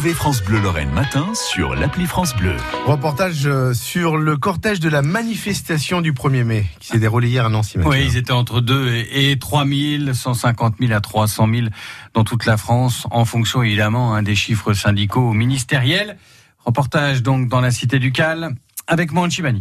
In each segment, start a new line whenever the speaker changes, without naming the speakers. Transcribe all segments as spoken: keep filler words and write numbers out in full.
Retrouvez France Bleu Lorraine matin sur l'appli France Bleu.
Reportage sur le cortège de la manifestation du premier mai qui s'est déroulé hier à Nancy. Mathieu.
Oui, ils étaient entre deux et trois mille, cent cinquante mille à trois cent mille dans toute la France, en fonction évidemment hein, des chiffres syndicaux ou ministériels. Reportage donc dans la cité du Cal avec Manchibani.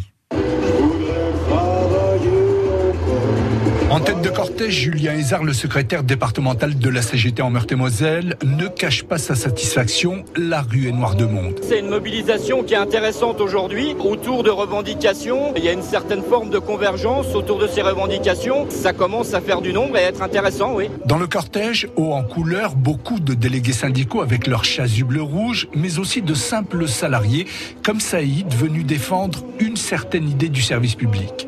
En tête de cortège, Julien Hézard, le secrétaire départemental de la C G T en Meurthe-et-Moselle, ne cache pas sa satisfaction. La rue est noire de monde.
C'est une mobilisation qui est intéressante aujourd'hui autour de revendications. Il y a une certaine forme de convergence autour de ces revendications. Ça commence à faire du nombre et à être intéressant, oui.
Dans le cortège, haut en couleur, beaucoup de délégués syndicaux avec leur chasuble rouge, mais aussi de simples salariés comme Saïd, venus défendre une certaine idée du service public.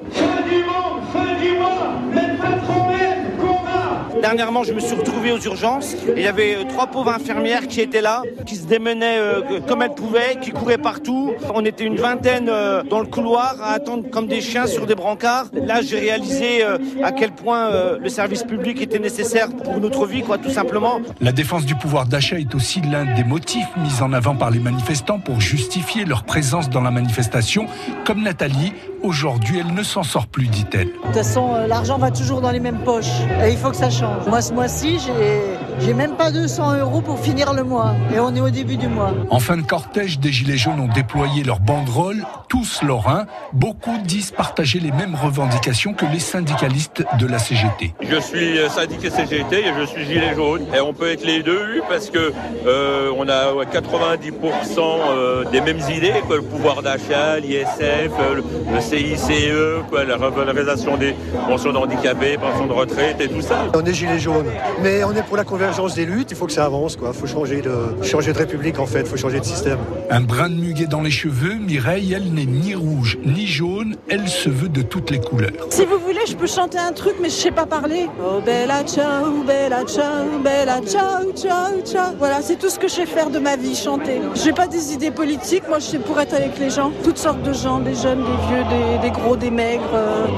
Dernièrement, je me suis retrouvé aux urgences. Il y avait trois pauvres infirmières qui étaient là, qui se démenaient euh, comme elles pouvaient, qui couraient partout. On était une vingtaine euh, dans le couloir à attendre comme des chiens sur des brancards. Là, j'ai réalisé euh, à quel point euh, le service public était nécessaire pour notre vie, quoi, tout simplement.
La défense du pouvoir d'achat est aussi l'un des motifs mis en avant par les manifestants pour justifier leur présence dans la manifestation. Comme Nathalie, aujourd'hui, elle ne s'en sort plus, dit-elle.
De toute façon, euh, l'argent va toujours dans les mêmes poches. Et il faut que ça change. Moi, ce mois-ci, j'ai, j'ai même pas deux cents euros pour finir le mois. Et on est au début du mois.
En fin de cortège, des Gilets jaunes ont déployé leurs banderoles, tous lorrains. Beaucoup disent partager les mêmes revendications que les syndicalistes de la C G T.
Je suis syndiqué C G T et je suis Gilet jaune. Et on peut être les deux parce que euh, on a quatre-vingt-dix pour cent des mêmes idées, quoi, le pouvoir d'achat, l'I S F, le, le C I C E, quoi, la revalorisation des pensions d'handicapés, pensions de retraite et tout ça.
On est Gilets jaunes, mais on est pour la convergence des luttes. Il faut que ça avance, quoi. Il faut changer de, changer de république, en fait. Il faut changer de système.
Un brin de muguet dans les cheveux, Mireille, elle n'est ni rouge ni jaune. Elle se veut de toutes les couleurs.
Si vous voulez, je peux chanter un truc, mais je sais pas parler. Oh bella ciao, bella ciao, bella ciao, ciao, ciao. Voilà, c'est tout ce que je sais faire de ma vie, chanter. J'ai pas des idées politiques. Moi, je sais pour être avec les gens. Toutes sortes de gens, des jeunes, des vieux, des, des gros, des maigres. Euh...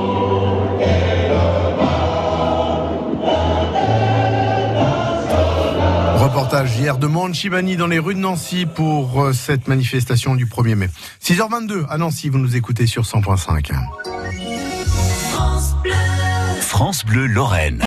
Reportage hier de Manchibani dans les rues de Nancy pour euh, cette manifestation du premier mai. six heures vingt-deux à Nancy, vous nous écoutez sur cent point cinq.
France Bleu Lorraine.